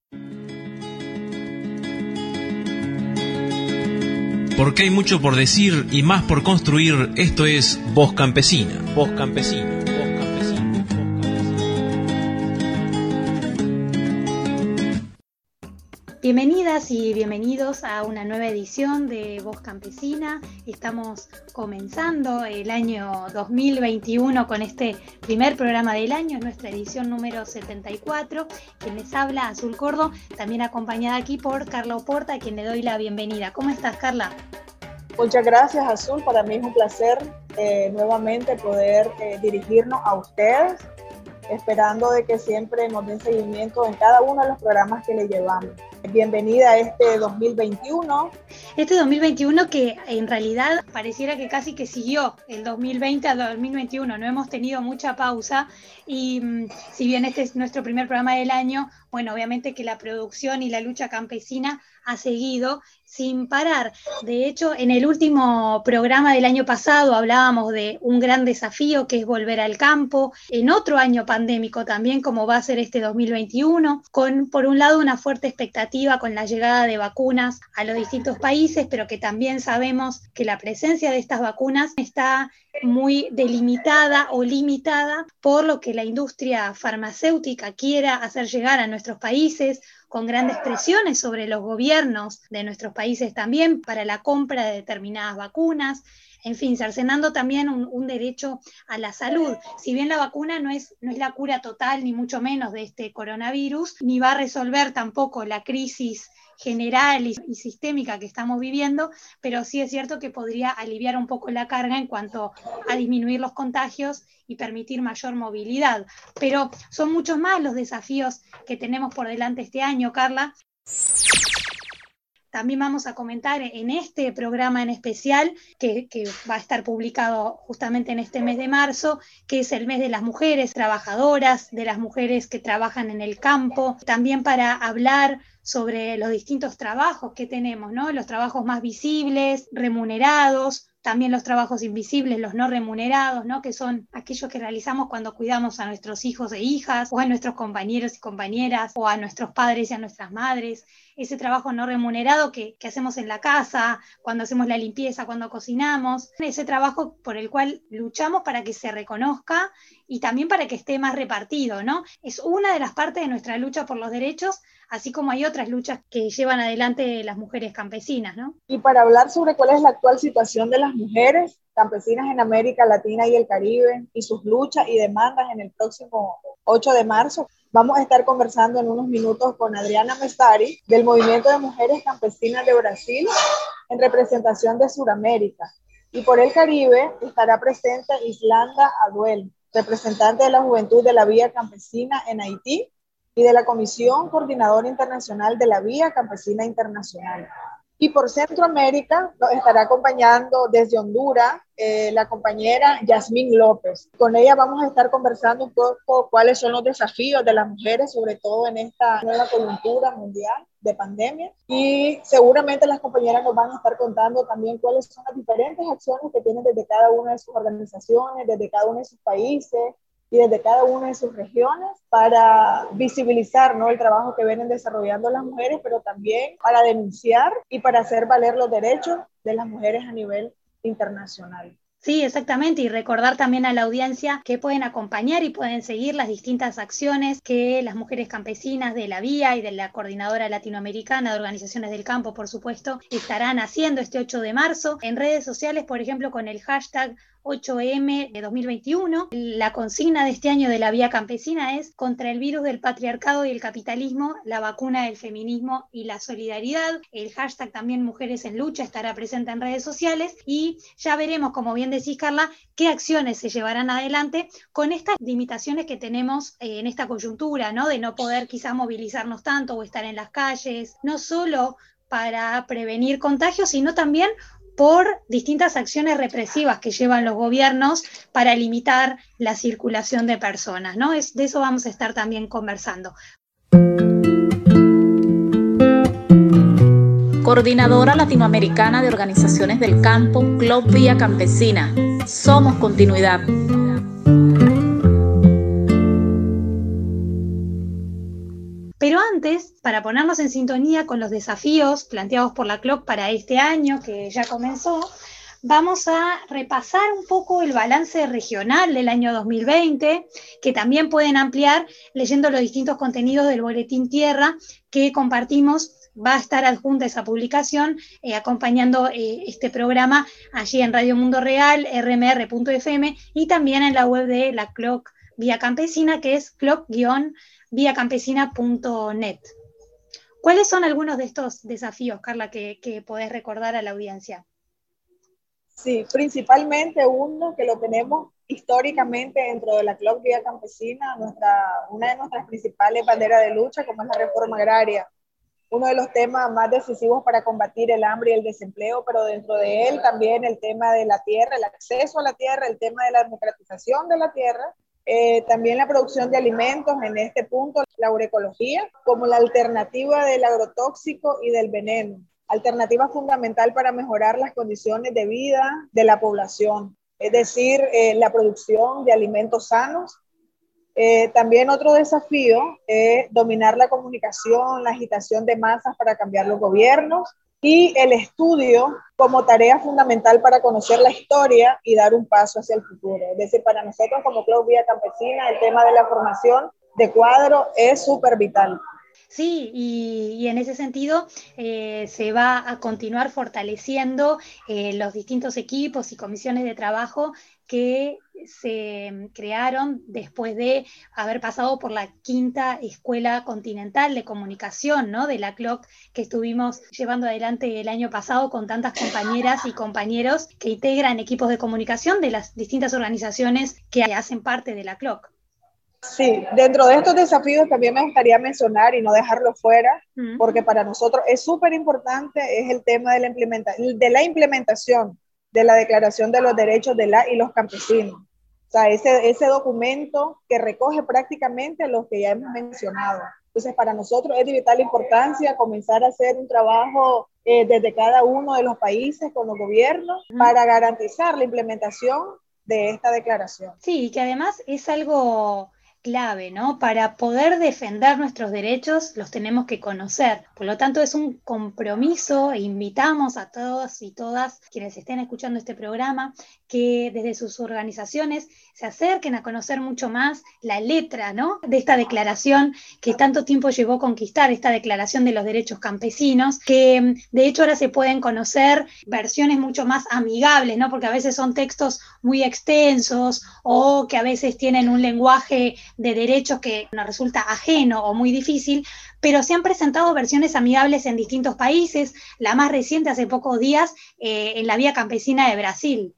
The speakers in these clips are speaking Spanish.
Porque hay mucho por decir y más por construir. Esto es Voz Campesina. Voz Campesina. Voz Campesina. Voz Campesina. Bienvenidas y bienvenidos a una nueva edición de Voz Campesina. Estamos comenzando el año 2021 con este primer programa del año, es nuestra edición número 74. Quien les habla, Azul Cordo, también acompañada aquí por Carla Oporta, a quien le doy la bienvenida. ¿Cómo estás, Carla? Muchas gracias, Azul. Para mí es un placer nuevamente poder dirigirnos a ustedes, esperando de que siempre nos den seguimiento en cada uno de los programas que le llevamos. Bienvenida a este 2021. Este 2021 que en realidad pareciera que casi que siguió el 2020 al 2021, no hemos tenido mucha pausa y si bien este es nuestro primer programa del año, bueno, obviamente que la producción y la lucha campesina ha seguido sin parar. De hecho, en el último programa del año pasado hablábamos de un gran desafío que es volver al campo, en otro año pandémico también, como va a ser este 2021, con por un lado una fuerte expectativa con la llegada de vacunas a los distintos países, pero que también sabemos que la presencia de estas vacunas está muy delimitada o limitada por lo que la industria farmacéutica quiera hacer llegar a nuestros países, con grandes presiones sobre los gobiernos de nuestros países también para la compra de determinadas vacunas. En fin, cercenando también un derecho a la salud. Si bien la vacuna no es la cura total, ni mucho menos de este coronavirus, ni va a resolver tampoco la crisis general y sistémica que estamos viviendo, pero sí es cierto que podría aliviar un poco la carga en cuanto a disminuir los contagios y permitir mayor movilidad. Pero son muchos más los desafíos que tenemos por delante este año, Carla. También vamos a comentar en este programa en especial, que va a estar publicado justamente en este mes de marzo, que es el mes de las mujeres trabajadoras, de las mujeres que trabajan en el campo, también para hablar sobre los distintos trabajos que tenemos, ¿no? Los trabajos más visibles, remunerados, también los trabajos invisibles, los no remunerados, ¿no? Que son aquellos que realizamos cuando cuidamos a nuestros hijos e hijas, o a nuestros compañeros y compañeras, o a nuestros padres y a nuestras madres. Ese trabajo no remunerado que hacemos en la casa, cuando hacemos la limpieza, cuando cocinamos, ese trabajo por el cual luchamos para que se reconozca y también para que esté más repartido, ¿no? Es una de las partes de nuestra lucha por los derechos, así como hay otras luchas que llevan adelante las mujeres campesinas, ¿no? Y para hablar sobre cuál es la actual situación de las mujeres campesinas en América Latina y el Caribe y sus luchas y demandas en el próximo 8 de marzo, vamos a estar conversando en unos minutos con Adriana Mestari del Movimiento de Mujeres Campesinas de Brasil en representación de Sudamérica. Y por el Caribe estará presente Islanda Aduel, representante de la Juventud de la Vía Campesina en Haití y de la Comisión Coordinadora Internacional de la Vía Campesina Internacional. Y por Centroamérica nos estará acompañando desde Honduras la compañera Yasmín López. Con ella vamos a estar conversando un poco cuáles son los desafíos de las mujeres, sobre todo en esta nueva coyuntura mundial de pandemia. Y seguramente las compañeras nos van a estar contando también cuáles son las diferentes acciones que tienen desde cada una de sus organizaciones, desde cada uno de sus países y desde cada una de sus regiones para visibilizar, ¿no?, el trabajo que vienen desarrollando las mujeres, pero también para denunciar y para hacer valer los derechos de las mujeres a nivel internacional. Sí, exactamente, y recordar también a la audiencia que pueden acompañar y pueden seguir las distintas acciones que las mujeres campesinas de la Vía y de la Coordinadora Latinoamericana de Organizaciones del Campo, por supuesto, estarán haciendo este 8 de marzo en redes sociales, por ejemplo, con el hashtag 8M de 2021. La consigna de este año de la Vía Campesina es: contra el virus del patriarcado y el capitalismo, la vacuna del feminismo y la solidaridad. El hashtag también Mujeres en Lucha estará presente en redes sociales y ya veremos, como bien decís, Carla, qué acciones se llevarán adelante con estas limitaciones que tenemos en esta coyuntura, ¿no? De no poder quizás movilizarnos tanto o estar en las calles, no solo para prevenir contagios, sino también por distintas acciones represivas que llevan los gobiernos para limitar la circulación de personas, ¿no? De eso vamos a estar también conversando. Coordinadora Latinoamericana de Organizaciones del Campo, Club Vía Campesina. Somos continuidad. Pero antes, para ponernos en sintonía con los desafíos planteados por la CLOC para este año que ya comenzó, vamos a repasar un poco el balance regional del año 2020, que también pueden ampliar leyendo los distintos contenidos del Boletín Tierra que compartimos. Va a estar adjunta esa publicación acompañando este programa allí en Radio Mundo Real, rmr.fm, y también en la web de la CLOC Vía Campesina, que es cloc-viacampesina.net. ¿Cuáles son algunos de estos desafíos, Carla, que podés recordar a la audiencia? Sí, principalmente uno que lo tenemos históricamente dentro de la CLOC Vía Campesina, una de nuestras principales banderas de lucha, como es la reforma agraria. Uno de los temas más decisivos para combatir el hambre y el desempleo, pero dentro de él también el tema de la tierra, el acceso a la tierra, el tema de la democratización de la tierra, también la producción de alimentos, en este punto la agroecología, como la alternativa del agrotóxico y del veneno, alternativa fundamental para mejorar las condiciones de vida de la población, es decir, la producción de alimentos sanos. También otro desafío es dominar la comunicación, la agitación de masas para cambiar los gobiernos y el estudio como tarea fundamental para conocer la historia y dar un paso hacia el futuro. Es decir, para nosotros como CLOC Vía Campesina, el tema de la formación de cuadro es súper vital. Sí, y en ese sentido se va a continuar fortaleciendo los distintos equipos y comisiones de trabajo que se crearon después de haber pasado por la 5ª Escuela Continental de Comunicación, ¿no?, de la CLOC, que estuvimos llevando adelante el año pasado con tantas compañeras y compañeros que integran equipos de comunicación de las distintas organizaciones que hacen parte de la CLOC. Sí, dentro de estos desafíos también me gustaría mencionar y no dejarlo fuera, porque para nosotros es súper importante, es el tema de la implementación de la Declaración de los Derechos de la y los Campesinos. O sea, ese documento que recoge prácticamente lo que ya hemos mencionado. Entonces, para nosotros es de vital importancia comenzar a hacer un trabajo desde cada uno de los países con los gobiernos para garantizar la implementación de esta declaración. Sí, que además es algo clave, ¿no? Para poder defender nuestros derechos los tenemos que conocer. Por lo tanto, es un compromiso e invitamos a todos y todas quienes estén escuchando este programa que desde sus organizaciones se acerquen a conocer mucho más la letra, ¿no?, de esta declaración que tanto tiempo llevó conquistar, esta Declaración de los Derechos Campesinos, que de hecho ahora se pueden conocer versiones mucho más amigables, ¿no?, porque a veces son textos muy extensos o que a veces tienen un lenguaje de derechos que nos resulta ajeno o muy difícil, pero se han presentado versiones amigables en distintos países, la más reciente hace pocos días en la Vía Campesina de Brasil.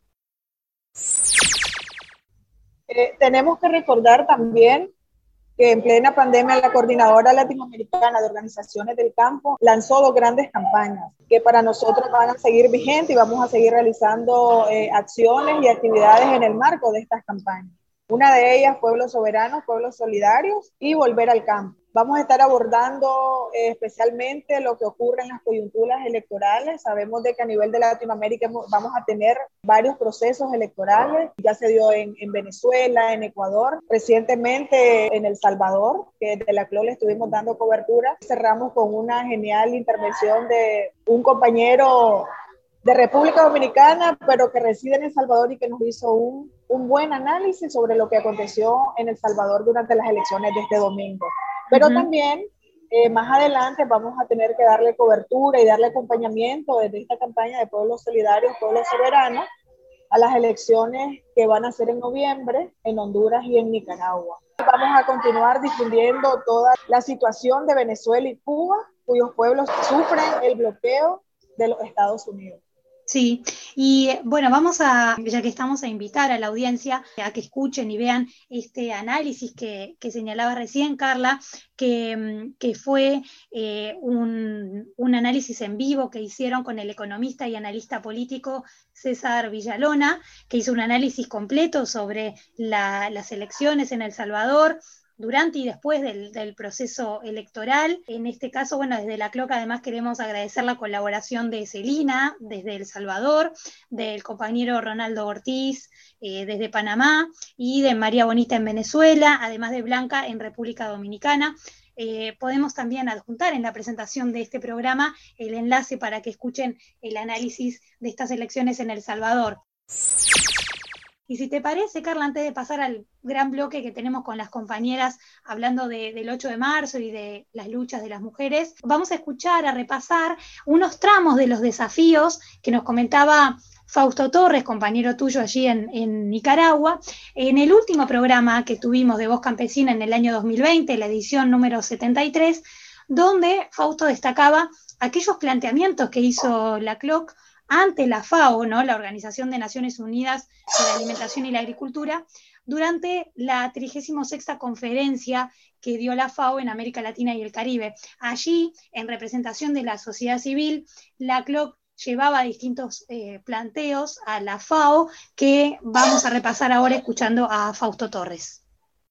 Tenemos que recordar también que en plena pandemia la Coordinadora Latinoamericana de Organizaciones del Campo lanzó 2 grandes campañas que para nosotros van a seguir vigentes y vamos a seguir realizando acciones y actividades en el marco de estas campañas. Una de ellas, Pueblos Soberanos, Pueblos Solidarios y Volver al Campo. Vamos a estar abordando especialmente lo que ocurre en las coyunturas electorales. Sabemos de que a nivel de Latinoamérica vamos a tener varios procesos electorales. Ya se dio en Venezuela, en Ecuador, recientemente en El Salvador, que desde la CLOC le estuvimos dando cobertura. Cerramos con una genial intervención de un compañero de República Dominicana, pero que reside en El Salvador y que nos hizo un buen análisis sobre lo que aconteció en El Salvador durante las elecciones de este domingo. Pero también más adelante vamos a tener que darle cobertura y darle acompañamiento desde esta campaña de Pueblos Solidarios, Pueblos Soberanos, a las elecciones que van a ser en noviembre en Honduras y en Nicaragua. Vamos a continuar difundiendo toda la situación de Venezuela y Cuba, cuyos pueblos sufren el bloqueo de los Estados Unidos. Sí, y bueno, vamos a, ya que estamos, a invitar a la audiencia a que escuchen y vean este análisis que señalaba recién Carla, que fue un análisis en vivo que hicieron con el economista y analista político César Villalona, que hizo un análisis completo sobre las elecciones en El Salvador, durante y después del proceso electoral. En este caso, bueno, desde la CLOC además queremos agradecer la colaboración de Celina desde El Salvador, del compañero Ronaldo Ortiz desde Panamá y de María Bonita en Venezuela, además de Blanca en República Dominicana. Podemos también adjuntar en la presentación de este programa el enlace para que escuchen el análisis de estas elecciones en El Salvador. Y si te parece, Carla, antes de pasar al gran bloque que tenemos con las compañeras hablando del 8 de marzo y de las luchas de las mujeres, vamos a escuchar, a repasar unos tramos de los desafíos que nos comentaba Fausto Torres, compañero tuyo allí en Nicaragua, en el último programa que tuvimos de Voz Campesina en el año 2020, la edición número 73, donde Fausto destacaba aquellos planteamientos que hizo la CLOC ante la FAO, ¿no?, la Organización de Naciones Unidas de la Alimentación y la Agricultura, durante la 36ª conferencia que dio la FAO en América Latina y el Caribe. Allí, en representación de la sociedad civil, la CLOC llevaba distintos planteos a la FAO que vamos a repasar ahora escuchando a Fausto Torres.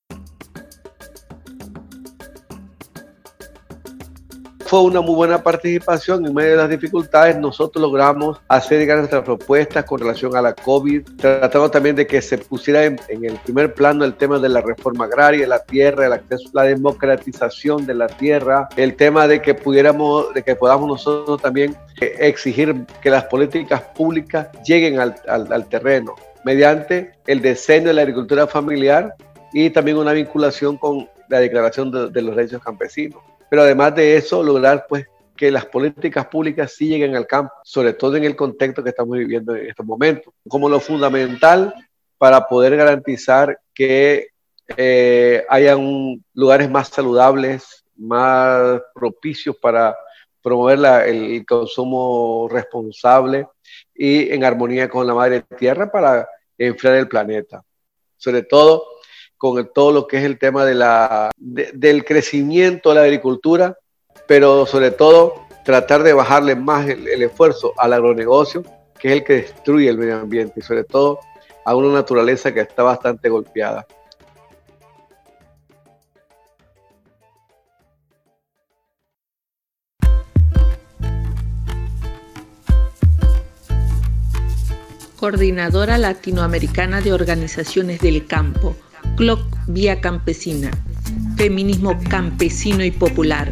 Fue una muy buena participación. En medio de las dificultades nosotros logramos hacer llegar nuestras propuestas con relación a la COVID. Tratamos también de que se pusiera en el primer plano el tema de la reforma agraria, la tierra, el acceso, la democratización de la tierra, el tema de que podamos nosotros también exigir que las políticas públicas lleguen al terreno mediante el diseño de la agricultura familiar y también una vinculación con la declaración de los derechos campesinos. Pero además de eso, lograr pues que las políticas públicas sí lleguen al campo, sobre todo en el contexto que estamos viviendo en estos momentos, como lo fundamental para poder garantizar que hayan lugares más saludables, más propicios para promover el consumo responsable y en armonía con la madre tierra para enfriar el planeta. Sobre todo con todo lo que es el tema del crecimiento de la agricultura, pero sobre todo tratar de bajarle más el esfuerzo al agronegocio, que es el que destruye el medio ambiente y sobre todo a una naturaleza que está bastante golpeada. Coordinadora Latinoamericana de Organizaciones del Campo, CLOC Vía Campesina, feminismo campesino y popular.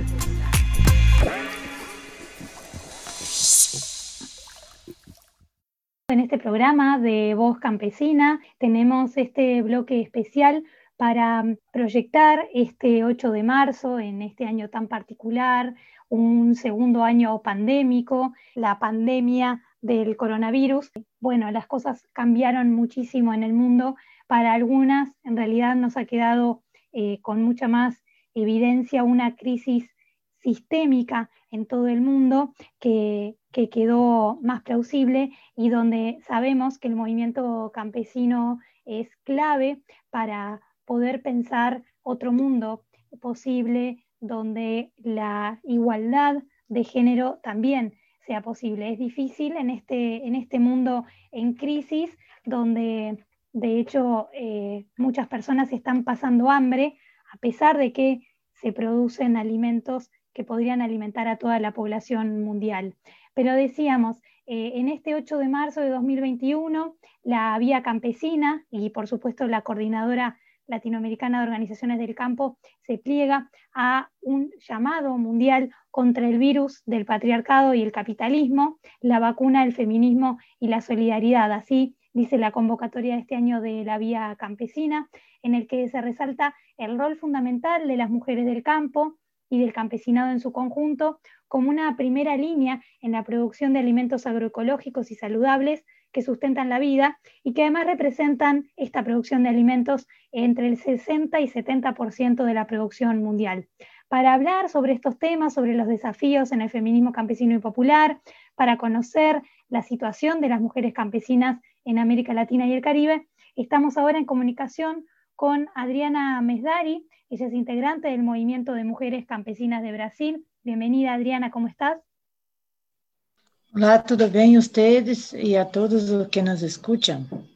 En este programa de Voz Campesina tenemos este bloque especial para proyectar este 8 de marzo, en este año tan particular, un segundo año pandémico, la pandemia del coronavirus. Bueno, las cosas cambiaron muchísimo en el mundo. Para algunas, en realidad, nos ha quedado con mucha más evidencia una crisis sistémica en todo el mundo que quedó más plausible y donde sabemos que el movimiento campesino es clave para poder pensar otro mundo posible donde la igualdad de género también sea posible. Es difícil en este mundo en crisis donde de hecho muchas personas están pasando hambre a pesar de que se producen alimentos que podrían alimentar a toda la población mundial. Pero decíamos, en este 8 de marzo de 2021, la Vía Campesina y por supuesto la Coordinadora Latinoamericana de Organizaciones del Campo se pliega a un llamado mundial contra el virus del patriarcado y el capitalismo, la vacuna, el feminismo y la solidaridad. Así dice la convocatoria de este año de la Vía Campesina, en el que se resalta el rol fundamental de las mujeres del campo y del campesinado en su conjunto como una primera línea en la producción de alimentos agroecológicos y saludables que sustentan la vida y que además representan esta producción de alimentos entre el 60 y 70% de la producción mundial. Para hablar sobre estos temas, sobre los desafíos en el feminismo campesino y popular, para conocer la situación de las mujeres campesinas en América Latina y el Caribe, estamos ahora en comunicación con Adriana Mesdari. Ella es integrante del Movimiento de Mujeres Campesinas de Brasil. Bienvenida, Adriana, ¿cómo estás? Olá, tudo bem ustedes e a todos os que nos escuchan?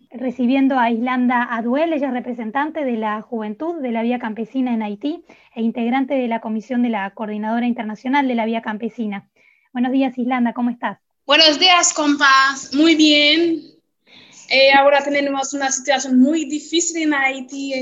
recibiendo a Islanda Aduel. Ella es representante de la Juventud de la Vía Campesina en Haití e integrante de la comisión de la Coordinadora Internacional de la Vía Campesina. Buenos días, Islanda, ¿cómo estás? Buenos días, compas. Muy bien. Ahora tenemos una situación muy difícil en Haití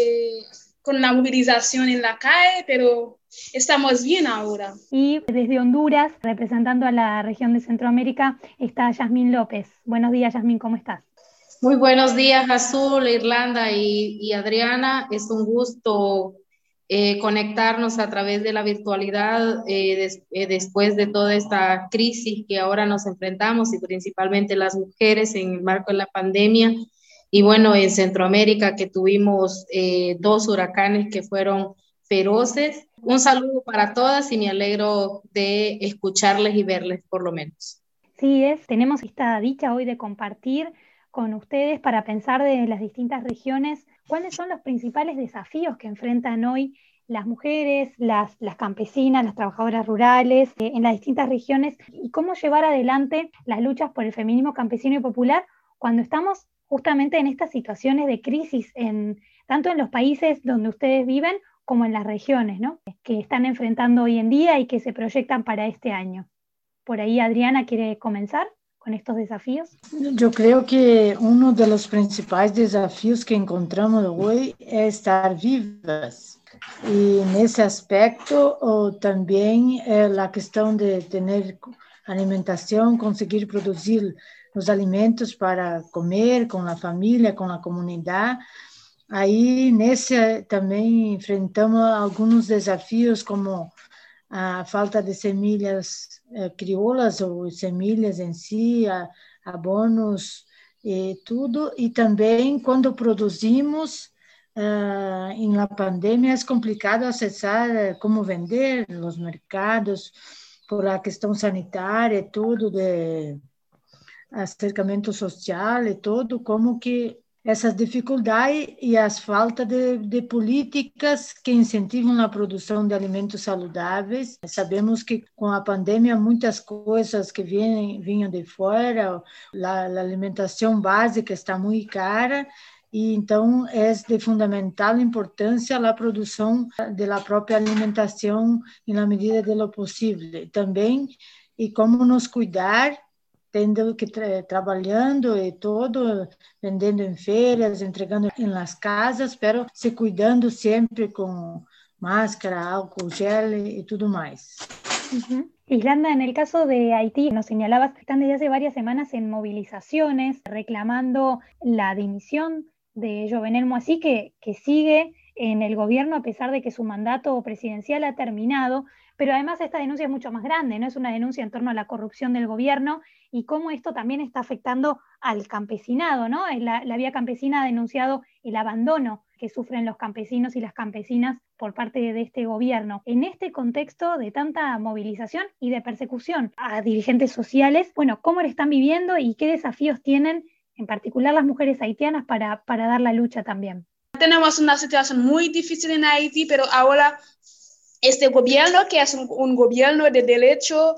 con la movilización en la calle, pero estamos bien ahora. Y desde Honduras, representando a la región de Centroamérica, está Yasmín López. Buenos días, Yasmín, ¿cómo estás? Muy buenos días, Azul, Irlanda y Adriana. Es un gusto conectarnos a través de la virtualidad después de toda esta crisis que ahora nos enfrentamos, y principalmente las mujeres en el marco de la pandemia. Y bueno, en Centroamérica, que tuvimos 2 huracanes que fueron feroces. Un saludo para todas y me alegro de escucharles y verles por lo menos. Sí, tenemos esta dicha hoy de compartir con ustedes para pensar de las distintas regiones cuáles son los principales desafíos que enfrentan hoy las mujeres, las campesinas, las trabajadoras rurales en las distintas regiones, y cómo llevar adelante las luchas por el feminismo campesino y popular cuando estamos justamente en estas situaciones de crisis, tanto en los países donde ustedes viven como en las regiones, ¿no?, que están enfrentando hoy en día y que se proyectan para este año. Por ahí Adriana quiere comenzar con estos desafíos. Yo creo que uno de los principales desafíos que encontramos hoy es estar vivas. Y en ese aspecto también la cuestión de tener alimentación, conseguir producir los alimentos para comer con la familia, con la comunidad. Aí, também enfrentamos alguns desafios, como a falta de semillas crioulas ou semillas em si, abonos e tudo. E também, quando produzimos, em la pandemia, é complicado acessar como vender nos mercados, por a questão sanitária e tudo, de acercamento social e tudo, como que essas dificuldades e as faltas de políticas que incentivam a produção de alimentos saudáveis. Sabemos que com a pandemia muitas coisas que vinham de fora, a alimentação básica está muito cara, e então é de fundamental importância a produção da própria alimentação na medida de lo possível. Também, e como nos cuidar, tendo que trabalhando e todo, vendendo em feiras, entregando em las casas, pero se cuidando sempre com máscara, álcool, gel e tudo mais. Uh-huh. Islanda, en el caso de Haití, nos señalabas que están desde hace varias semanas en movilizaciones reclamando la dimisión de Jovenel Moïse, que sigue en el gobierno a pesar de que su mandato presidencial ha terminado. Pero además esta denuncia es mucho más grande, ¿no? Es una denuncia en torno a la corrupción del gobierno y cómo esto también está afectando al campesinado, ¿no? La Vía Campesina ha denunciado el abandono que sufren los campesinos y las campesinas por parte de este gobierno. En este contexto de tanta movilización y de persecución a dirigentes sociales, bueno, ¿cómo lo están viviendo y qué desafíos tienen, en particular las mujeres haitianas, para dar la lucha también? Tenemos una situación muy difícil en Haití, pero ahora este gobierno, que es un gobierno de derecho,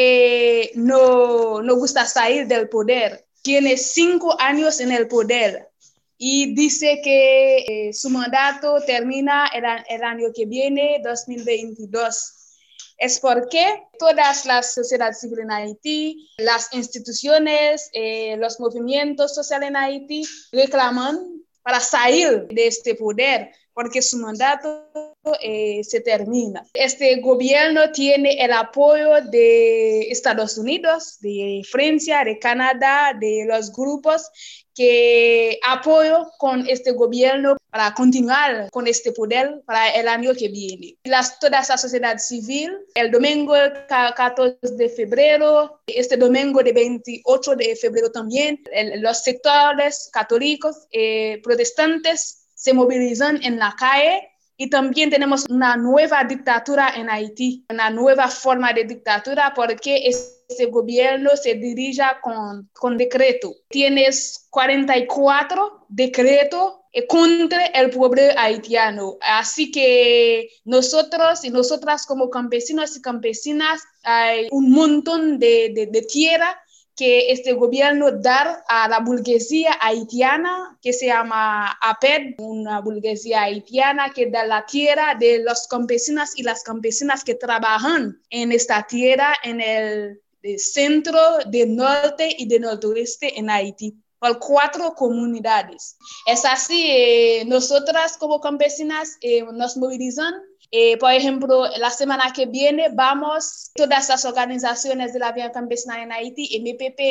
no gusta salir del poder. Tiene 5 años en el poder y dice que su mandato termina el año que viene, 2022. Es porque todas las sociedades civiles en Haití, las instituciones, los movimientos sociales en Haití reclaman para salir de este poder, porque su mandato se termina. Este gobierno tiene el apoyo de Estados Unidos, de Francia, de Canadá, de los grupos que apoyan con este gobierno para continuar con este poder para el año que viene. Toda la sociedad civil, el domingo 14 de febrero, este domingo de 28 de febrero también, los sectores católicos, protestantes se movilizan en la calle. Y también tenemos una nueva dictadura en Haití, una nueva forma de dictadura, porque este gobierno se dirige con decreto. Tienes 44 decretos contra el pueblo haitiano. Así que nosotros y nosotras como campesinos y campesinas hay un montón de tierra que este gobierno da a la burguesía haitiana, que se llama APED, una burguesía haitiana que da la tierra de los campesinos y las campesinas que trabajan en esta tierra en el centro, del norte y del nordeste en Haití, por 4 comunidades. Es así, nosotras como campesinas nos movilizan. Por ejemplo, la semana que viene vamos, todas las organizaciones de la vida campesina en Haití,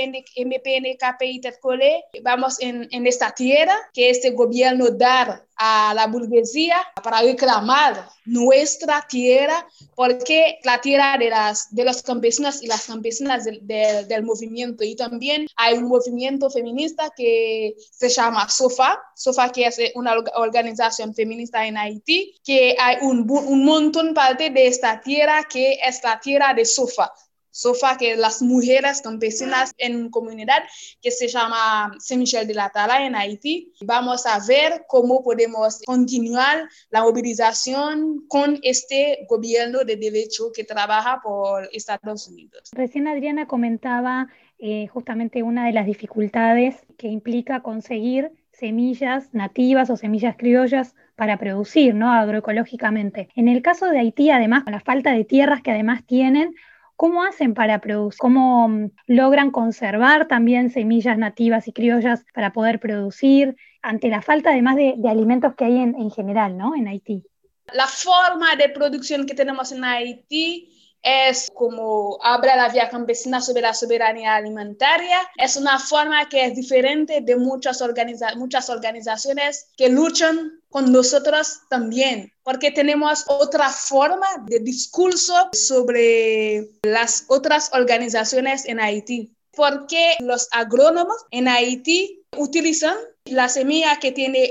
MPN, KPI, TETCOLE, vamos en esta tierra que este gobierno da a la burguesía para reclamar nuestra tierra, porque la tierra de los campesinos y las campesinas del movimiento. Y también hay un movimiento feminista que se llama SOFA, que es una organización feminista en Haití, que hay un montón parte de esta tierra que es la tierra de SOFA, que las mujeres campesinas en comunidad que se llama Saint-Michel de la Tala en Haití. Vamos a ver cómo podemos continuar la movilización con este gobierno de derecho que trabaja por Estados Unidos. Recién Adriana comentaba justamente una de las dificultades que implica conseguir semillas nativas o semillas criollas para producir, ¿no? Agroecológicamente. En el caso de Haití, además, con la falta de tierras que además tienen, ¿cómo hacen para producir? ¿Cómo logran conservar también semillas nativas y criollas para poder producir ante la falta además de alimentos que hay en general, ¿no? En Haití. La forma de producción que tenemos en Haití es como habla la vía campesina sobre la soberanía alimentaria. Es una forma que es diferente de muchas organizaciones que luchan con nosotros también, porque tenemos otra forma de discurso sobre las otras organizaciones en Haití. Porque los agrónomos en Haití utilizan la semilla que tiene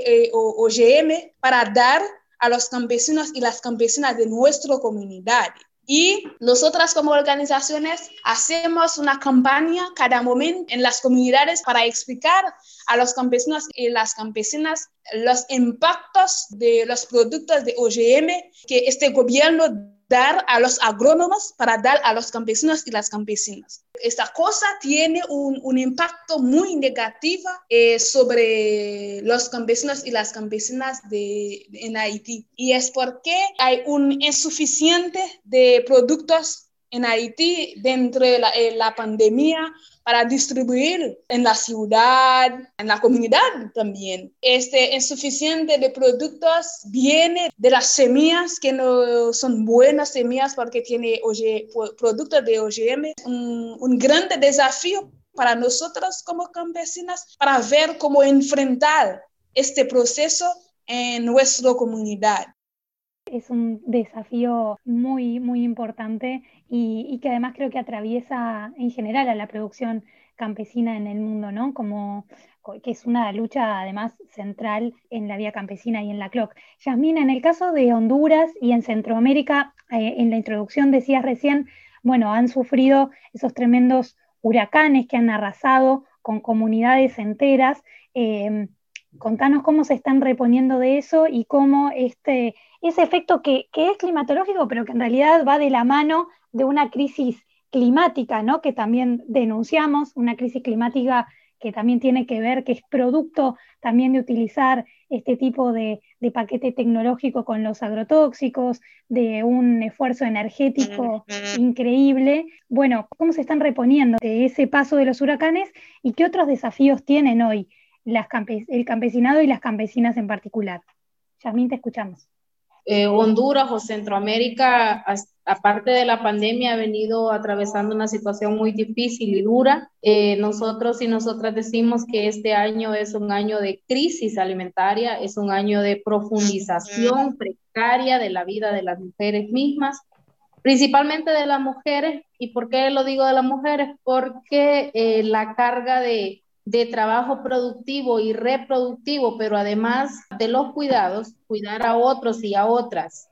OGM para dar a los campesinos y las campesinas de nuestra comunidad. Y nosotras como organizaciones hacemos una campaña cada momento en las comunidades para explicar a los campesinos y las campesinas los impactos de los productos de OGM que este gobierno dar a los agrónomos para dar a los campesinos y las campesinas. Esta cosa tiene un impacto muy negativo sobre los campesinos y las campesinas en Haití. Y es porque hay un insuficiente de productos en Haití dentro de la pandemia para distribuir en la ciudad, en la comunidad también. Este insuficiente de productos viene de las semillas que no son buenas semillas porque tiene productos de OGM. Un gran desafío para nosotros como campesinas para ver cómo enfrentar este proceso en nuestra comunidad. Es un desafío muy, muy importante y que además creo que atraviesa en general a la producción campesina en el mundo, ¿no? Como que es una lucha además central en la vía campesina y en la CLOC. Yasmina, en el caso de Honduras y en Centroamérica, en la introducción decías recién, bueno, han sufrido esos tremendos huracanes que han arrasado con comunidades enteras. Contanos cómo se están reponiendo de eso y cómo ese efecto que es climatológico, pero que en realidad va de la mano de una crisis climática, ¿no? Que también denunciamos, una crisis climática que también tiene que ver, que es producto también de utilizar este tipo de paquete tecnológico con los agrotóxicos, de un esfuerzo energético increíble. Bueno, ¿cómo se están reponiendo de ese paso de los huracanes y qué otros desafíos tienen hoy el campesinado y las campesinas en particular? Yasmín, te escuchamos. Honduras o Centroamérica, aparte de la pandemia, ha venido atravesando una situación muy difícil y dura. Nosotros y nosotras decimos que este año es un año de crisis alimentaria, es un año de profundización precaria de la vida de las mujeres mismas, principalmente de las mujeres. ¿Y por qué lo digo de las mujeres? Porque la carga de trabajo productivo y reproductivo, pero además de los cuidados, cuidar a otros y a otras,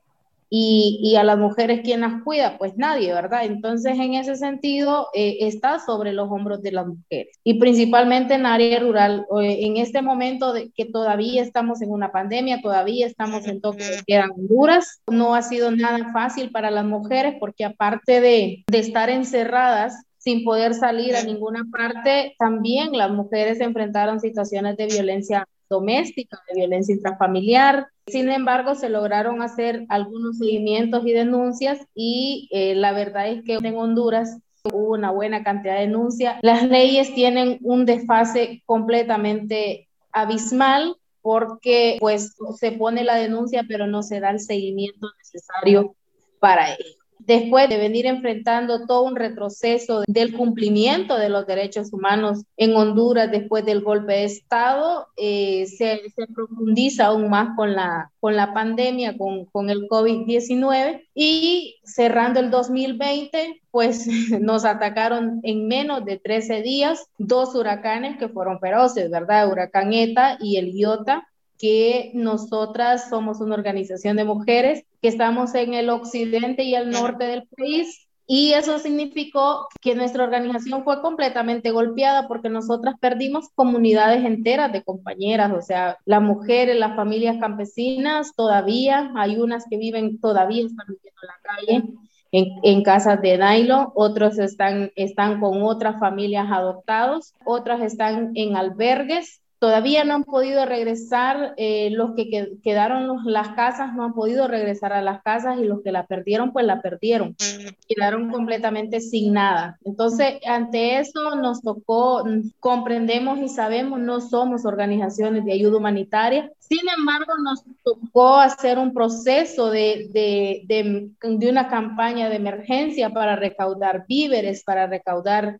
y a las mujeres, ¿quién las cuida? Pues nadie, ¿verdad? Entonces, en ese sentido, está sobre los hombros de las mujeres, y principalmente en área rural, en este momento que todavía estamos en una pandemia, todavía estamos en toque de queda en Honduras, no ha sido nada fácil para las mujeres, porque aparte de estar encerradas, sin poder salir a ninguna parte. También las mujeres enfrentaron situaciones de violencia doméstica, de violencia intrafamiliar. Sin embargo, se lograron hacer algunos seguimientos y denuncias y la verdad es que en Honduras hubo una buena cantidad de denuncias. Las leyes tienen un desfase completamente abismal porque pues se pone la denuncia pero no se da el seguimiento necesario para ello. Después de venir enfrentando todo un retroceso del cumplimiento de los derechos humanos en Honduras después del golpe de Estado, se profundiza aún más con la pandemia, con el COVID-19, y cerrando el 2020, pues nos atacaron en menos de 13 días 2 huracanes que fueron feroces, ¿verdad? Huracán Eta y el Iota, que nosotras somos una organización de mujeres que estamos en el occidente y el norte del país, y eso significó que nuestra organización fue completamente golpeada porque nosotras perdimos comunidades enteras de compañeras, o sea, las mujeres, las familias campesinas, todavía hay unas que todavía están viviendo en la calle, en casas de nylon, otros están con otras familias adoptados, otras están en albergues. Todavía no han podido regresar, los que quedaron las casas no han podido regresar a las casas, y los que la perdieron, pues la perdieron. Quedaron completamente sin nada. Entonces, ante eso nos tocó, comprendemos y sabemos, no somos organizaciones de ayuda humanitaria. Sin embargo, nos tocó hacer un proceso de una campaña de emergencia para recaudar víveres, para recaudar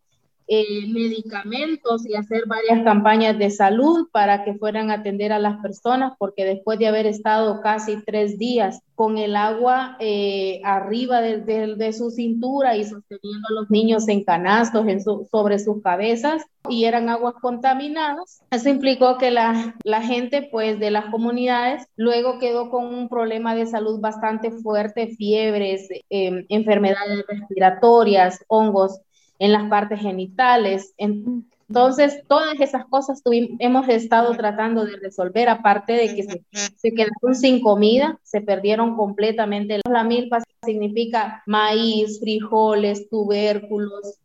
medicamentos y hacer varias campañas de salud para que fueran a atender a las personas, porque después de haber estado casi 3 días con el agua arriba de su cintura y sosteniendo a los niños en canastos sobre sus cabezas, y eran aguas contaminadas, eso implicó que la gente pues de las comunidades luego quedó con un problema de salud bastante fuerte, fiebres, enfermedades respiratorias, hongos en las partes genitales. Entonces, todas esas cosas hemos estado tratando de resolver, aparte de que se quedaron sin comida, se perdieron completamente. La milpa significa maíz, frijoles, tubérculos,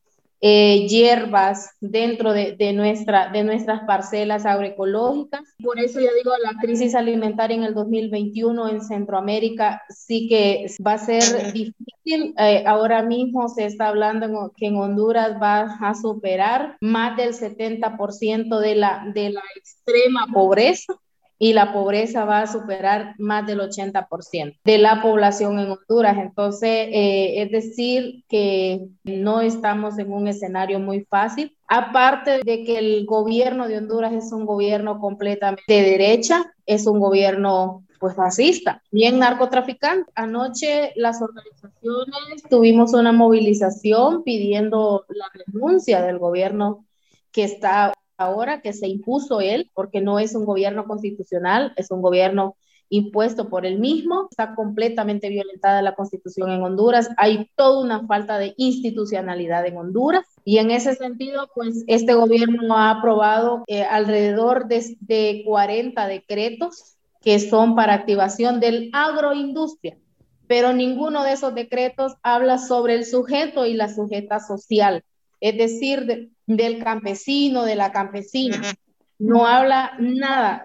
hierbas dentro de nuestras parcelas agroecológicas. Por eso yo digo, la crisis alimentaria en el 2021 en Centroamérica sí que va a ser difícil. Ahora mismo se está hablando que en Honduras va a superar más del 70% de la extrema pobreza, y la pobreza va a superar más del 80% de la población en Honduras. Entonces, es decir, que no estamos en un escenario muy fácil. Aparte de que el gobierno de Honduras es un gobierno completamente de derecha, es un gobierno pues fascista, bien narcotraficante. Anoche las organizaciones tuvimos una movilización pidiendo la renuncia del gobierno que está ahora, que se impuso él, porque no es un gobierno constitucional, es un gobierno impuesto por él mismo. Está completamente violentada la Constitución en Honduras, hay toda una falta de institucionalidad en Honduras, y en ese sentido, pues este gobierno ha aprobado alrededor de 40 decretos que son para activación del agroindustria, pero ninguno de esos decretos habla sobre el sujeto y la sujeta social, es decir, del campesino, de la campesina. No habla nada,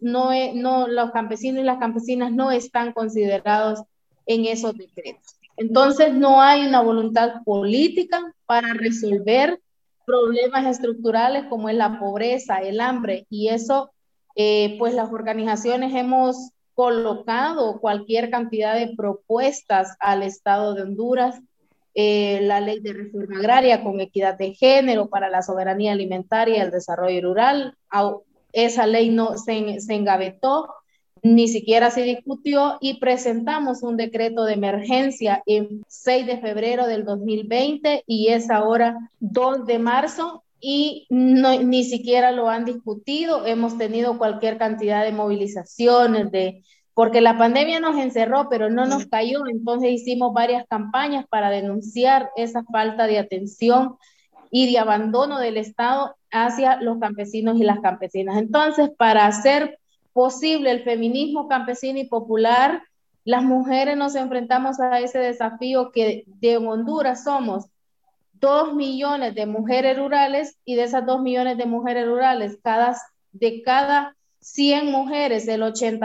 los campesinos y las campesinas no están considerados en esos decretos. Entonces no hay una voluntad política para resolver problemas estructurales como es la pobreza, el hambre, y eso pues las organizaciones hemos colocado cualquier cantidad de propuestas al Estado de Honduras. La ley de reforma agraria con equidad de género para la soberanía alimentaria y el desarrollo rural. Esa ley no se engavetó, ni siquiera se discutió, y presentamos un decreto de emergencia el 6 de febrero del 2020 y es ahora 2 de marzo y ni siquiera lo han discutido. Hemos tenido cualquier cantidad de movilizaciones, porque la pandemia nos encerró, pero no nos cayó. Entonces hicimos varias campañas para denunciar esa falta de atención y de abandono del Estado hacia los campesinos y las campesinas. Entonces, para hacer posible el feminismo campesino y popular, las mujeres nos enfrentamos a ese desafío que de Honduras somos 2 millones de mujeres rurales, y de esas 2 millones de mujeres rurales, de cada 100 mujeres, el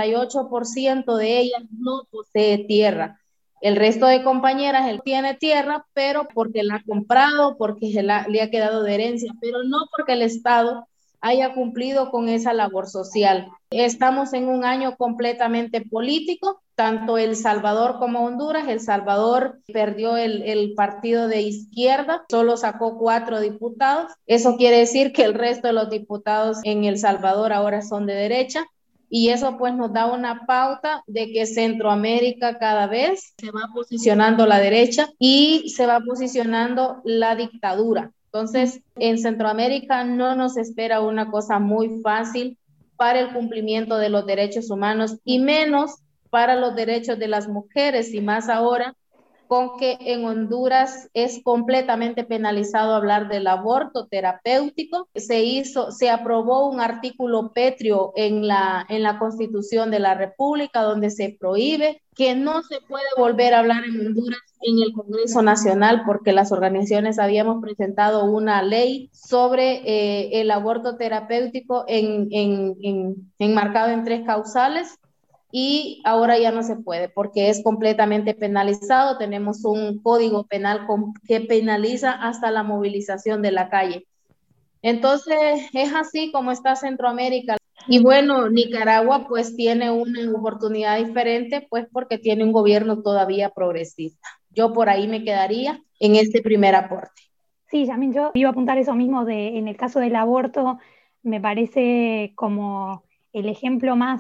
88% de ellas no posee tierra. El resto de compañeras, él tiene tierra, pero porque la ha comprado, porque le ha quedado de herencia, pero no porque el Estado haya cumplido con esa labor social. Estamos en un año completamente político, tanto El Salvador como Honduras. El Salvador perdió el partido de izquierda, solo sacó 4 diputados. Eso quiere decir que el resto de los diputados en El Salvador ahora son de derecha. Y eso pues nos da una pauta de que Centroamérica cada vez se va posicionando la derecha y se va posicionando la dictadura. Entonces, en Centroamérica no nos espera una cosa muy fácil para el cumplimiento de los derechos humanos, y menos para los derechos de las mujeres, y más ahora con que en Honduras es completamente penalizado hablar del aborto terapéutico. Se aprobó un artículo pétreo en la Constitución de la República donde se prohíbe, que no se puede volver a hablar en Honduras en el Congreso Nacional, porque las organizaciones habíamos presentado una ley sobre el aborto terapéutico enmarcado en 3 causales. Y ahora ya no se puede porque es completamente penalizado. Tenemos un código penal que penaliza hasta la movilización de la calle. Entonces es así como está Centroamérica. Y bueno, Nicaragua pues tiene una oportunidad diferente, pues porque tiene un gobierno todavía progresista. Yo por ahí me quedaría en este primer aporte. Sí, Yamil, yo iba a apuntar eso mismo en el caso del aborto. Me parece como el ejemplo más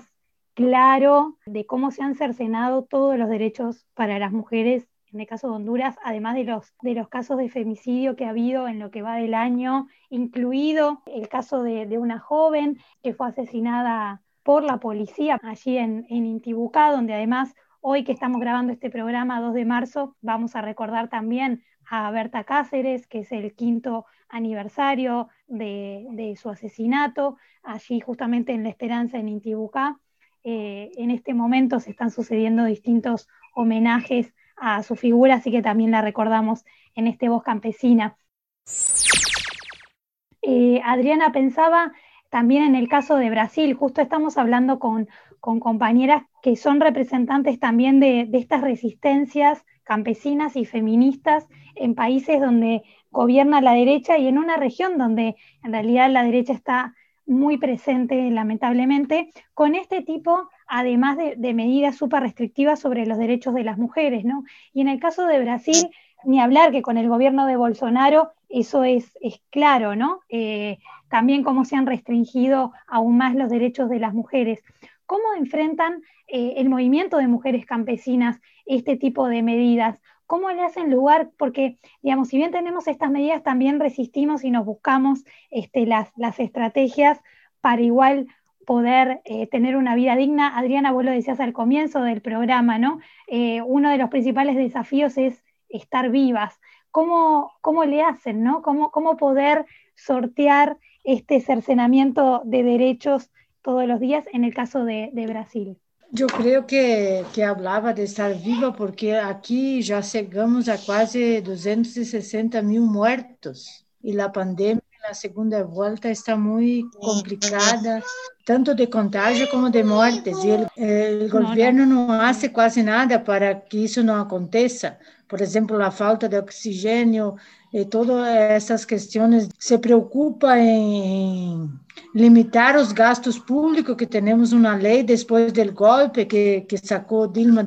claro de cómo se han cercenado todos los derechos para las mujeres en el caso de Honduras, además de los casos de femicidio que ha habido en lo que va del año, incluido el caso de una joven que fue asesinada por la policía allí en Intibucá, donde además hoy que estamos grabando este programa, 2 de marzo, vamos a recordar también a Berta Cáceres, que es el 5º aniversario de su asesinato, allí justamente en La Esperanza, en Intibucá. En este momento se están sucediendo distintos homenajes a su figura, así que también la recordamos en este Voz Campesina. Adriana, pensaba también en el caso de Brasil. Justo estamos hablando con compañeras que son representantes también de estas resistencias campesinas y feministas en países donde gobierna la derecha y en una región donde en realidad la derecha está muy presente, lamentablemente, con este tipo, además de medidas súper restrictivas sobre los derechos de las mujeres, ¿no? Y en el caso de Brasil, ni hablar que con el gobierno de Bolsonaro eso es claro, ¿no? También cómo se han restringido aún más los derechos de las mujeres. ¿Cómo enfrentan el movimiento de mujeres campesinas este tipo de medidas? ¿Cómo le hacen lugar? Porque, digamos, si bien tenemos estas medidas, también resistimos y nos buscamos las estrategias para igual poder tener una vida digna. Adriana, vos lo decías al comienzo del programa, ¿no? Uno de los principales desafíos es estar vivas. ¿Cómo le hacen, no? ¿Cómo poder sortear este cercenamiento de derechos todos los días en el caso de Brasil? Eu creio que falava de estar viva porque aqui já chegamos a quase 260 mil muertos e a pandemia na segunda volta está muito complicada, tanto de contágio como de mortes, e o governo não faz quase nada para que isso não aconteça. Por exemplo, a falta de oxigênio e todas essas questões. Se preocupa em limitar os gastos públicos, que temos uma lei depois do golpe que sacou Dilma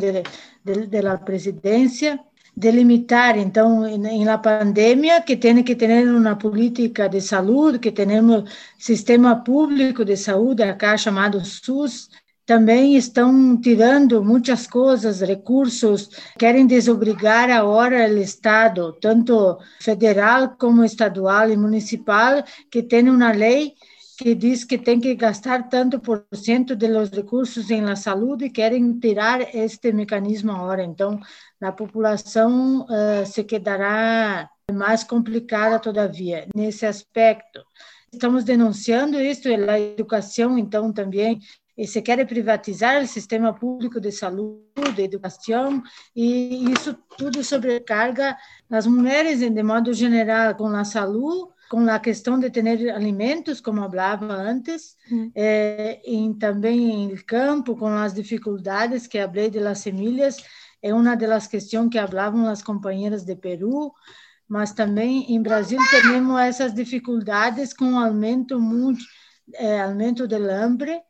da presidência, de limitar. Então, na pandemia, que tem que ter uma política de saúde, que temos sistema público de saúde, acá chamado SUS, também estão tirando muitas coisas, recursos, querem desobrigar agora o Estado, tanto federal como estadual e municipal, que tem uma lei que diz que tem que gastar tanto por cento dos recursos em la saúde e querem tirar este mecanismo agora. Então, a população se quedará mais complicada todavia nesse aspecto. Estamos denunciando isso, a educação, então, também se quer privatizar o sistema público de saúde, de educação, e isso tudo sobrecarga as mulheres, de modo geral, com a saúde, com a questão de ter alimentos, como falava antes, e também no campo, com as dificuldades que falei de las semillas, é uma das questões que falavam as companheiras de Peru, mas também em Brasil temos essas dificuldades com o aumento do hambre,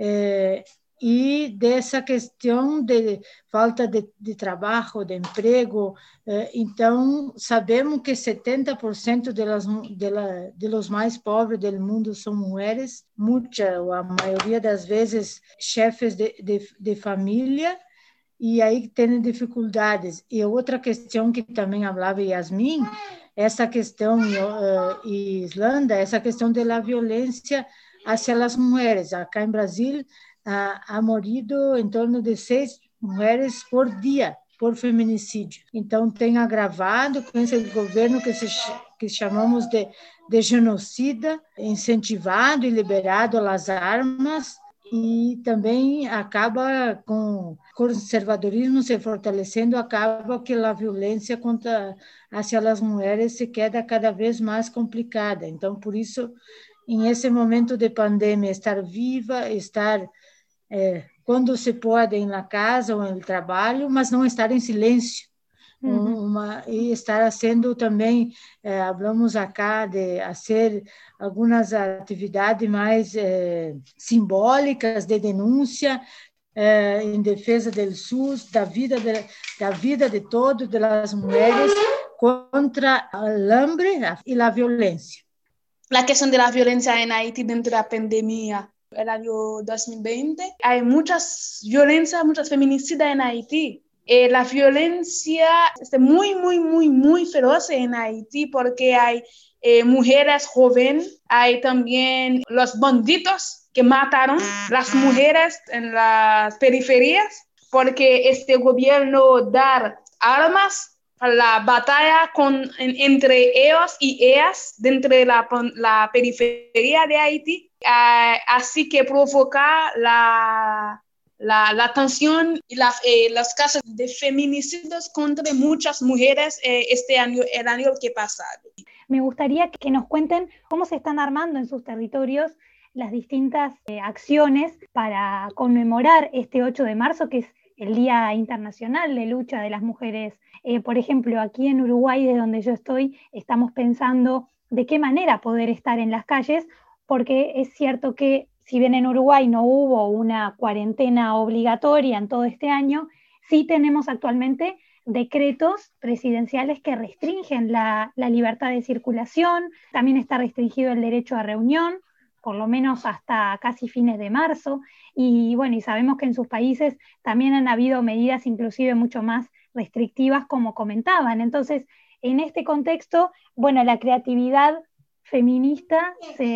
e dessa questão de falta de trabalho, de emprego. Então, sabemos que 70% de los mais pobres do mundo são mulheres, ou a maioria das vezes chefes de família, e aí tem dificuldades. E outra questão que também falava Yasmin, essa questão, Irlanda, essa questão da violência hacia as mulheres. Acá em Brasil, ha morrido em torno de 6 mulheres por dia, por feminicídio. Então, tem agravado com esse governo que chamamos de genocida, incentivado e liberado as armas, e também acaba com o conservadorismo se fortalecendo, acaba que a violência hacia as mulheres se queda cada vez mais complicada. Então, por isso, em esse momento de pandemia, estar viva, estar quando se pode na casa ou no trabalho, mas não estar em silêncio. E estar sendo também, falamos acá de fazer algumas atividades mais simbólicas de denúncia em defesa do SUS, da vida de todas as mulheres contra o hambre e a violência. La cuestión de la violencia en Haití dentro de la pandemia, el año 2020, hay muchas violencias, muchos feminicidios en Haití. La violencia es muy feroz en Haití porque hay mujeres jóvenes, hay también los bandidos que mataron las mujeres en las periferias porque este gobierno da armas a la batalla entre ellos y ellas dentro de la periferia de Haití, así que provoca la tensión y los casos de feminicidios contra muchas mujeres este año, el año que pasado. Me gustaría que nos cuenten cómo se están armando en sus territorios las distintas acciones para conmemorar este 8 de marzo, que es el Día Internacional de Lucha de las Mujeres. Por ejemplo, aquí en Uruguay, de donde yo estoy, estamos pensando de qué manera poder estar en las calles, porque es cierto que si bien en Uruguay no hubo una cuarentena obligatoria en todo este año, sí tenemos actualmente decretos presidenciales que restringen la libertad de circulación, también está restringido el derecho a reunión, por lo menos hasta casi fines de marzo, y bueno, y sabemos que en sus países también han habido medidas inclusive mucho más restrictivas, como comentaban. Entonces, en este contexto, bueno, la creatividad feminista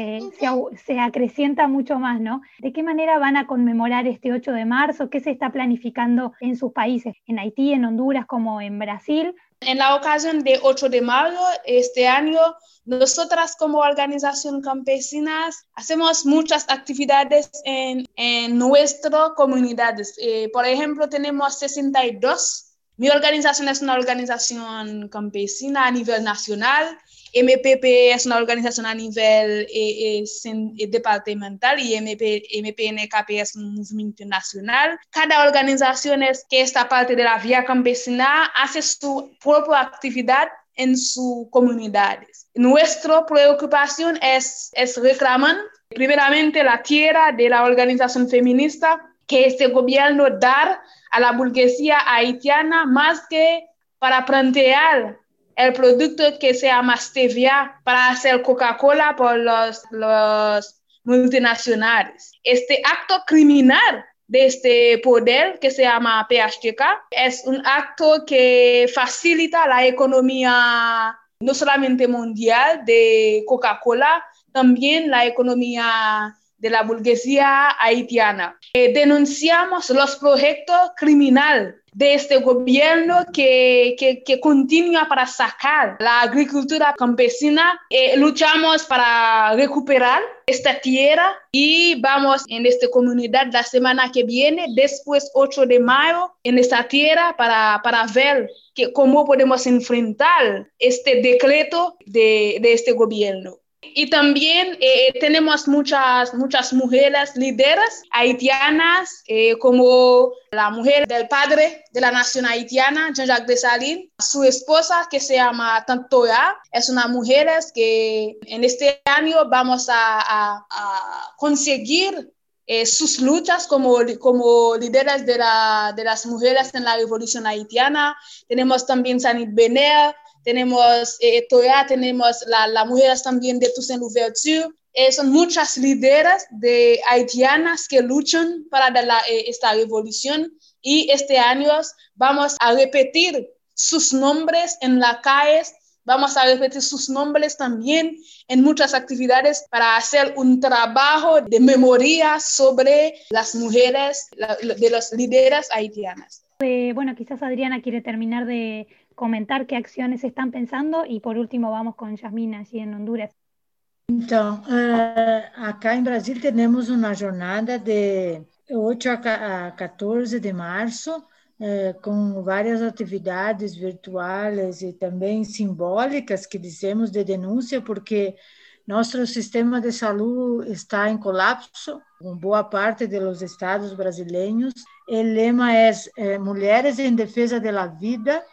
se acrecienta mucho más, ¿no? ¿De qué manera van a conmemorar este 8 de marzo? ¿Qué se está planificando en sus países, en Haití, en Honduras, como en Brasil? En la ocasión de 8 de marzo, este año, nosotras como organización campesinas hacemos muchas actividades en nuestras comunidades. Por ejemplo, tenemos 62. Mi organización es una organización campesina a nivel nacional. MPP es una organización a nivel departamental y MPNKP es un movimiento nacional. Cada organización que está parte de la vía campesina hace su propia actividad en sus comunidades. Nuestra preocupación es reclamar primeramente la tierra de la organización feminista que este gobierno da a la burguesía haitiana, más que para plantear el producto que se llama stevia para hacer Coca-Cola por los multinacionales. Este acto criminal de este poder que se llama PHTK es un acto que facilita la economía no solamente mundial de Coca-Cola, también la economía de la burguesía haitiana. Denunciamos los proyectos criminales de este gobierno que continúa para sacar la agricultura campesina. Luchamos para recuperar esta tierra y vamos en esta comunidad la semana que viene, después 8 de mayo, en esta tierra para ver cómo podemos enfrentar este decreto de este gobierno. Y también tenemos muchas mujeres líderes haitianas, como la mujer del padre de la nación haitiana, Jean-Jacques Dessalines, su esposa que se llama Tantoya, es una mujer que en este año vamos a conseguir sus luchas como líderes de las mujeres en la revolución haitiana. Tenemos también Sanit Bener, tenemos Toya, tenemos las mujeres también de Toussaint Louverture. Son muchas líderes haitianas que luchan para esta revolución, y este año vamos a repetir sus nombres en las calles, vamos a repetir sus nombres también en muchas actividades para hacer un trabajo de memoria sobre las mujeres de las líderes haitianas. Bueno, quizás Adriana quiere terminar de comentar qué acciones están pensando, y por último vamos con Yasmina allí en Honduras. Então, acá em Brasil temos uma jornada de 8 a 14 de março, com várias atividades virtuais e também simbólicas que dizemos de denúncia, porque nosso sistema de saúde está em colapso em boa parte dos estados brasileiros. O lema é Mulheres em Defesa da Vida,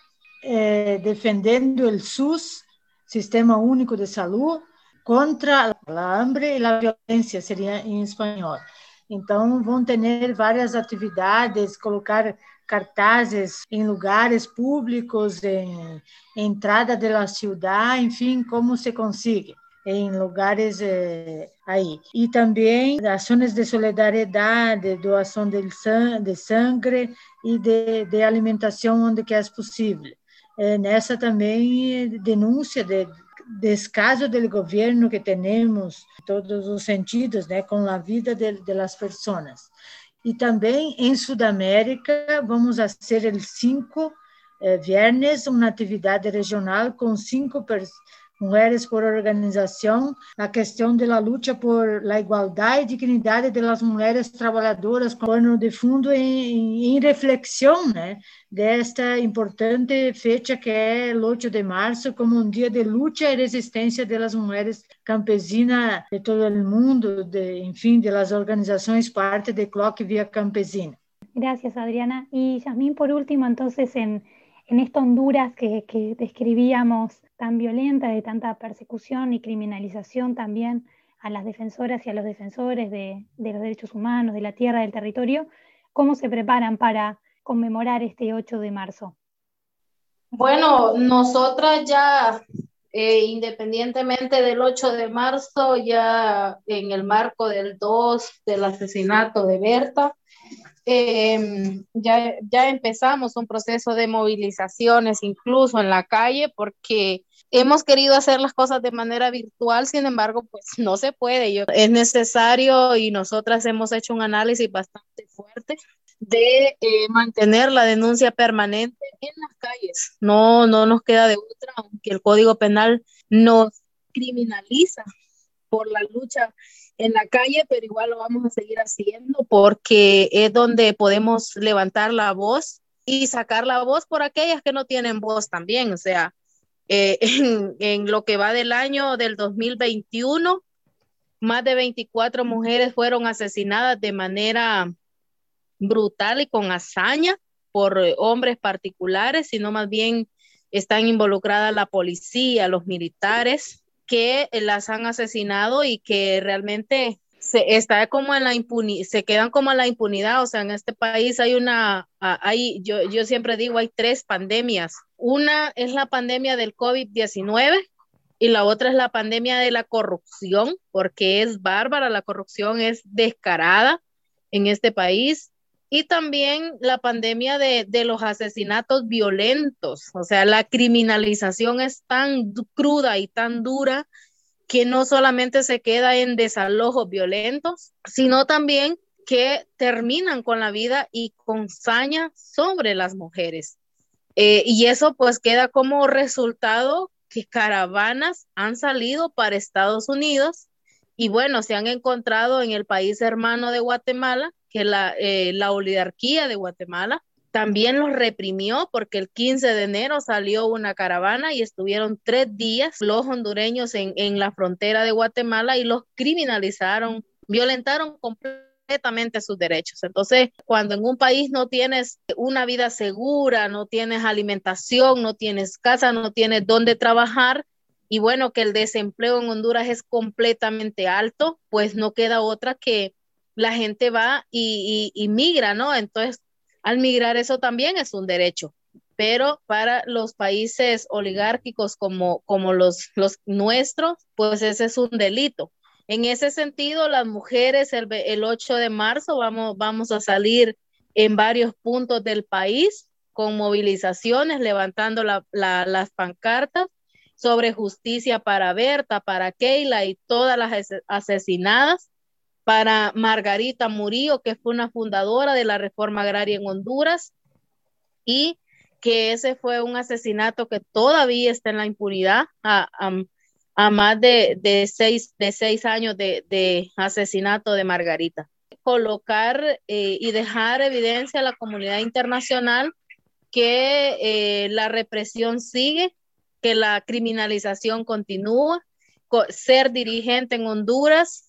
defendendo o SUS, Sistema Único de Saúde, contra a hambre e a violência, seria em espanhol. Então, vão ter várias atividades, colocar cartazes em lugares públicos, em entrada da cidade, enfim, como se consegue, em lugares aí. E também ações de solidariedade, doação de sangue e de alimentação onde que é possível. Nessa também denúncia de descaso do governo que temos, em todos os sentidos, né, com a vida das pessoas. E também em Sudamérica, vamos fazer o 5 viernes, uma atividade regional com 5 mulheres por organização, a questão da luta por a igualdade e dignidade das mulheres trabalhadoras, com pano de fundo em reflexão, né, desta importante fecha que é o 8 de março, como um dia de luta e resistência das mulheres campesinas de todo o mundo, enfim, das organizações parte de CLOC Vía Campesina. Gracias, Adriana. Y Yasmín, por último, entonces, en esta Honduras que describíamos, tan violenta, de tanta persecución y criminalización también a las defensoras y a los defensores de los derechos humanos, de la tierra, del territorio, ¿cómo se preparan para conmemorar este 8 de marzo? Bueno, nosotras ya, independientemente del 8 de marzo, ya en el marco del 2 del asesinato de Berta, ya empezamos un proceso de movilizaciones incluso en la calle, porque hemos querido hacer las cosas de manera virtual, sin embargo, pues no se puede. Es necesario, y nosotras hemos hecho un análisis bastante fuerte de mantener la denuncia permanente en las calles. No nos queda de otra, aunque el Código Penal nos criminaliza por la lucha en la calle, pero igual lo vamos a seguir haciendo porque es donde podemos levantar la voz y sacar la voz por aquellas que no tienen voz también. O sea, en lo que va del año del 2021, más de 24 mujeres fueron asesinadas de manera brutal y con hazaña por hombres particulares, sino más bien están involucradas la policía, los militares, que las han asesinado y que realmente se quedan como en la impunidad. O sea, en este país yo siempre digo, hay 3 pandemias. Una es la pandemia del COVID-19 y la otra es la pandemia de la corrupción, porque es bárbara, la corrupción es descarada en este país. Y también la pandemia de los asesinatos violentos. O sea, la criminalización es tan cruda y tan dura que no solamente se queda en desalojos violentos, sino también que terminan con la vida y con saña sobre las mujeres. Y eso pues queda como resultado que caravanas han salido para Estados Unidos y bueno, se han encontrado en el país hermano de Guatemala, que la oligarquía de Guatemala también los reprimió, porque el 15 de enero salió una caravana y estuvieron 3 días los hondureños en la frontera de Guatemala y los criminalizaron, violentaron completamente sus derechos. Entonces, cuando en un país no tienes una vida segura, no tienes alimentación, no tienes casa, no tienes dónde trabajar, y bueno, que el desempleo en Honduras es completamente alto, pues no queda otra que la gente va y migra, ¿no? Entonces, al migrar eso también es un derecho, pero para los países oligárquicos como los nuestros, pues ese es un delito. En ese sentido, las mujeres el 8 de marzo vamos a salir en varios puntos del país con movilizaciones, levantando las pancartas sobre justicia para Berta, para Keila y todas las asesinadas, para Margarita Murillo, que fue una fundadora de la reforma agraria en Honduras, y que ese fue un asesinato que todavía está en la impunidad a más de 6 años de asesinato de Margarita. Colocar y dejar evidencia a la comunidad internacional que la represión sigue, que la criminalización continúa. Ser dirigente en Honduras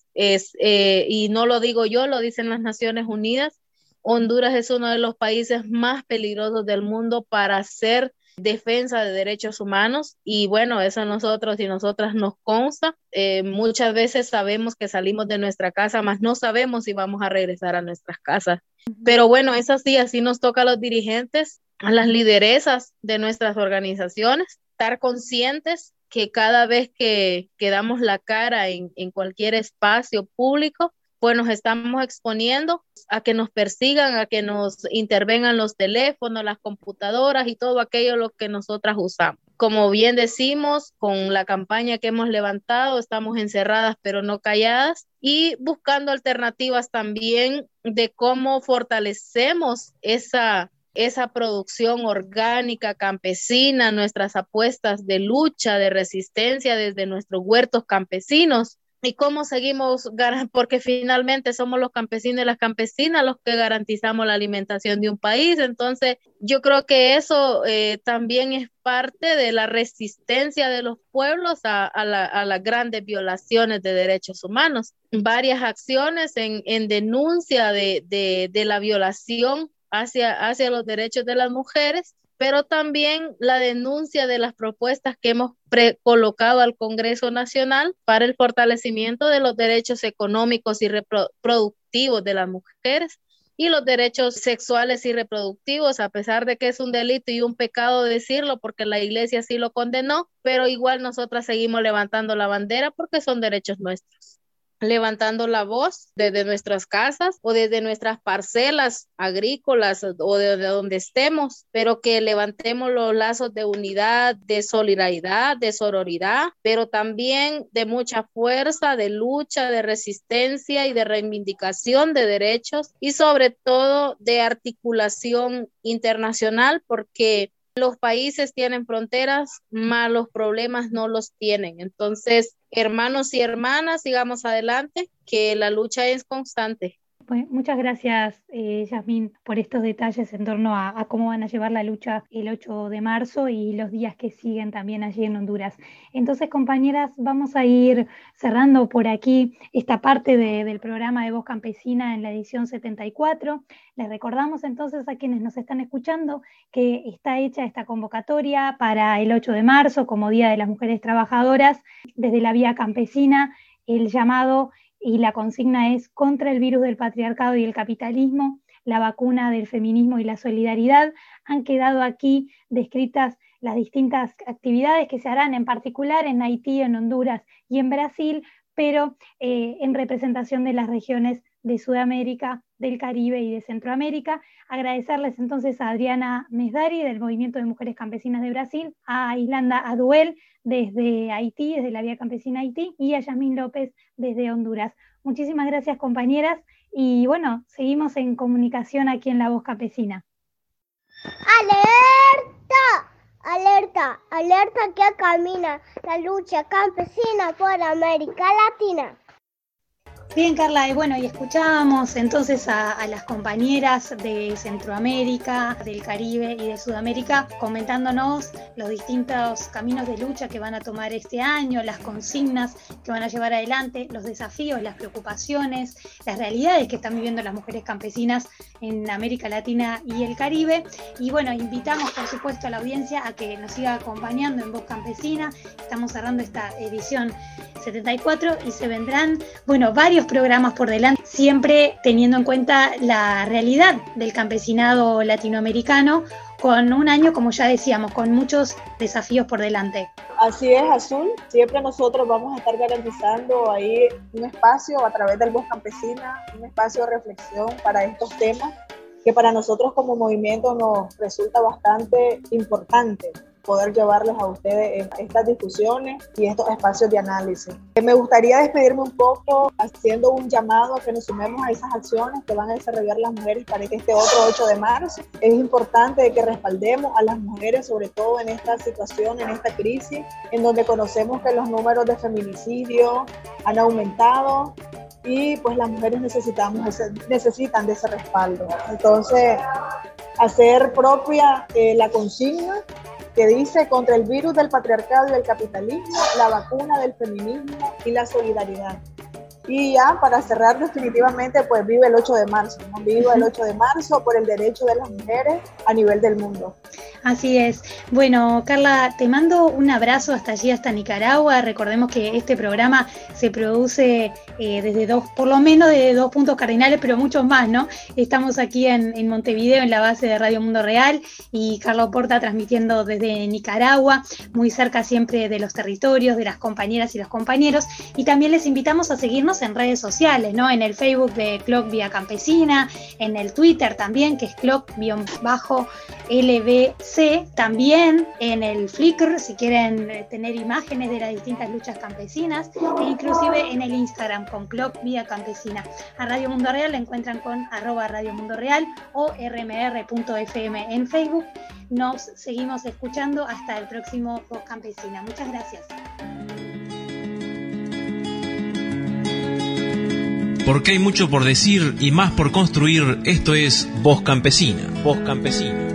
y no lo digo yo, lo dicen las Naciones Unidas, Honduras es uno de los países más peligrosos del mundo para hacer defensa de derechos humanos, y bueno, eso a nosotros y nosotras nos consta. Muchas veces sabemos que salimos de nuestra casa, mas no sabemos si vamos a regresar a nuestras casas. Pero bueno, es así nos toca a los dirigentes, a las lideresas de nuestras organizaciones, estar conscientes que cada vez que damos la cara en cualquier espacio público, pues nos estamos exponiendo a que nos persigan, a que nos intervengan los teléfonos, las computadoras y todo aquello lo que nosotras usamos. Como bien decimos, con la campaña que hemos levantado, estamos encerradas pero no calladas, y buscando alternativas también de cómo fortalecemos esa producción orgánica, campesina, nuestras apuestas de lucha, de resistencia desde nuestros huertos campesinos, y cómo seguimos, porque finalmente somos los campesinos y las campesinas los que garantizamos la alimentación de un país. Entonces yo creo que eso también es parte de la resistencia de los pueblos a las grandes violaciones de derechos humanos. Varias acciones en denuncia de la violación hacia los derechos de las mujeres, pero también la denuncia de las propuestas que hemos colocado al Congreso Nacional para el fortalecimiento de los derechos económicos y reproductivos de las mujeres y los derechos sexuales y reproductivos, a pesar de que es un delito y un pecado decirlo, porque la Iglesia sí lo condenó, pero igual nosotras seguimos levantando la bandera porque son derechos nuestros. Levantando la voz desde nuestras casas o desde nuestras parcelas agrícolas o de donde estemos, pero que levantemos los lazos de unidad, de solidaridad, de sororidad, pero también de mucha fuerza, de lucha, de resistencia y de reivindicación de derechos, y sobre todo de articulación internacional, porque los países tienen fronteras, mas los problemas no los tienen. Entonces, hermanos y hermanas, sigamos adelante, que la lucha es constante. Pues muchas gracias, Yasmín, por estos detalles en torno a cómo van a llevar la lucha el 8 de marzo y los días que siguen también allí en Honduras. Entonces, compañeras, vamos a ir cerrando por aquí esta parte del programa de Voz Campesina en la edición 74. Les recordamos entonces a quienes nos están escuchando que está hecha esta convocatoria para el 8 de marzo como Día de las Mujeres Trabajadoras. Desde la Vía Campesina, el llamado y la consigna es: contra el virus del patriarcado y el capitalismo, la vacuna del feminismo y la solidaridad. Han quedado aquí descritas las distintas actividades que se harán, en particular en Haití, en Honduras y en Brasil, pero en representación de las regiones de Sudamérica, del Caribe y de Centroamérica. Agradecerles entonces a Adriana Mesdari del Movimiento de Mujeres Campesinas de Brasil, a Islanda Aduel desde Haití, desde la Vía Campesina Haití, y a Yasmín López desde Honduras. Muchísimas gracias, compañeras, Y bueno, seguimos en comunicación aquí en La Voz Campesina. ¡Alerta! ¡Alerta! ¡Alerta que camina la lucha campesina por América Latina! Bien, Carla, y bueno, y escuchábamos entonces a las compañeras de Centroamérica, del Caribe y de Sudamérica comentándonos los distintos caminos de lucha que van a tomar este año, las consignas que van a llevar adelante, los desafíos, las preocupaciones, las realidades que están viviendo las mujeres campesinas en América Latina y el Caribe. Y bueno, invitamos por supuesto a la audiencia a que nos siga acompañando en Voz Campesina. Estamos cerrando esta edición 74 y se vendrán, bueno, varios programas por delante, siempre teniendo en cuenta la realidad del campesinado latinoamericano, con un año, como ya decíamos, con muchos desafíos por delante. Así es, Azul. Siempre nosotros vamos a estar garantizando ahí un espacio a través del Voz Campesina, un espacio de reflexión para estos temas que para nosotros como movimiento nos resulta bastante importante poder llevarles a ustedes estas discusiones y estos espacios de análisis. Me gustaría despedirme un poco haciendo un llamado a que nos sumemos a esas acciones que van a desarrollar las mujeres para este otro 8 de marzo. Es importante que respaldemos a las mujeres, sobre todo en esta situación, en esta crisis, en donde conocemos que los números de feminicidio han aumentado y pues las mujeres necesitan de ese respaldo. Entonces, hacer propia la consigna que dice: contra el virus del patriarcado y del capitalismo, la vacuna del feminismo y la solidaridad. Y ya para cerrar definitivamente, pues vive el 8 de marzo, ¿no? Viva el 8 de marzo por el derecho de las mujeres a nivel del mundo. Así es. Bueno, Carla, te mando un abrazo hasta allí, hasta Nicaragua. Recordemos que este programa se produce desde por lo menos de 2 puntos cardinales, pero muchos más, ¿no? Estamos aquí en Montevideo, en la base de Radio Mundo Real, y Carla Oporta transmitiendo desde Nicaragua, muy cerca siempre de los territorios, de las compañeras y los compañeros. Y también les invitamos a seguirnos en redes sociales, ¿no? En el Facebook de Cloc Vía Campesina, en el Twitter también, que es Cloc_LBC, también en el Flickr, si quieren tener imágenes de las distintas luchas campesinas, e inclusive en el Instagram con Cloc Vía Campesina. A Radio Mundo Real la encuentran con @Radio Mundo Real o rmr.fm en Facebook. Nos seguimos escuchando hasta el próximo Voz Campesina. Muchas gracias. Porque hay mucho por decir y más por construir, esto es Voz Campesina. Voz Campesina.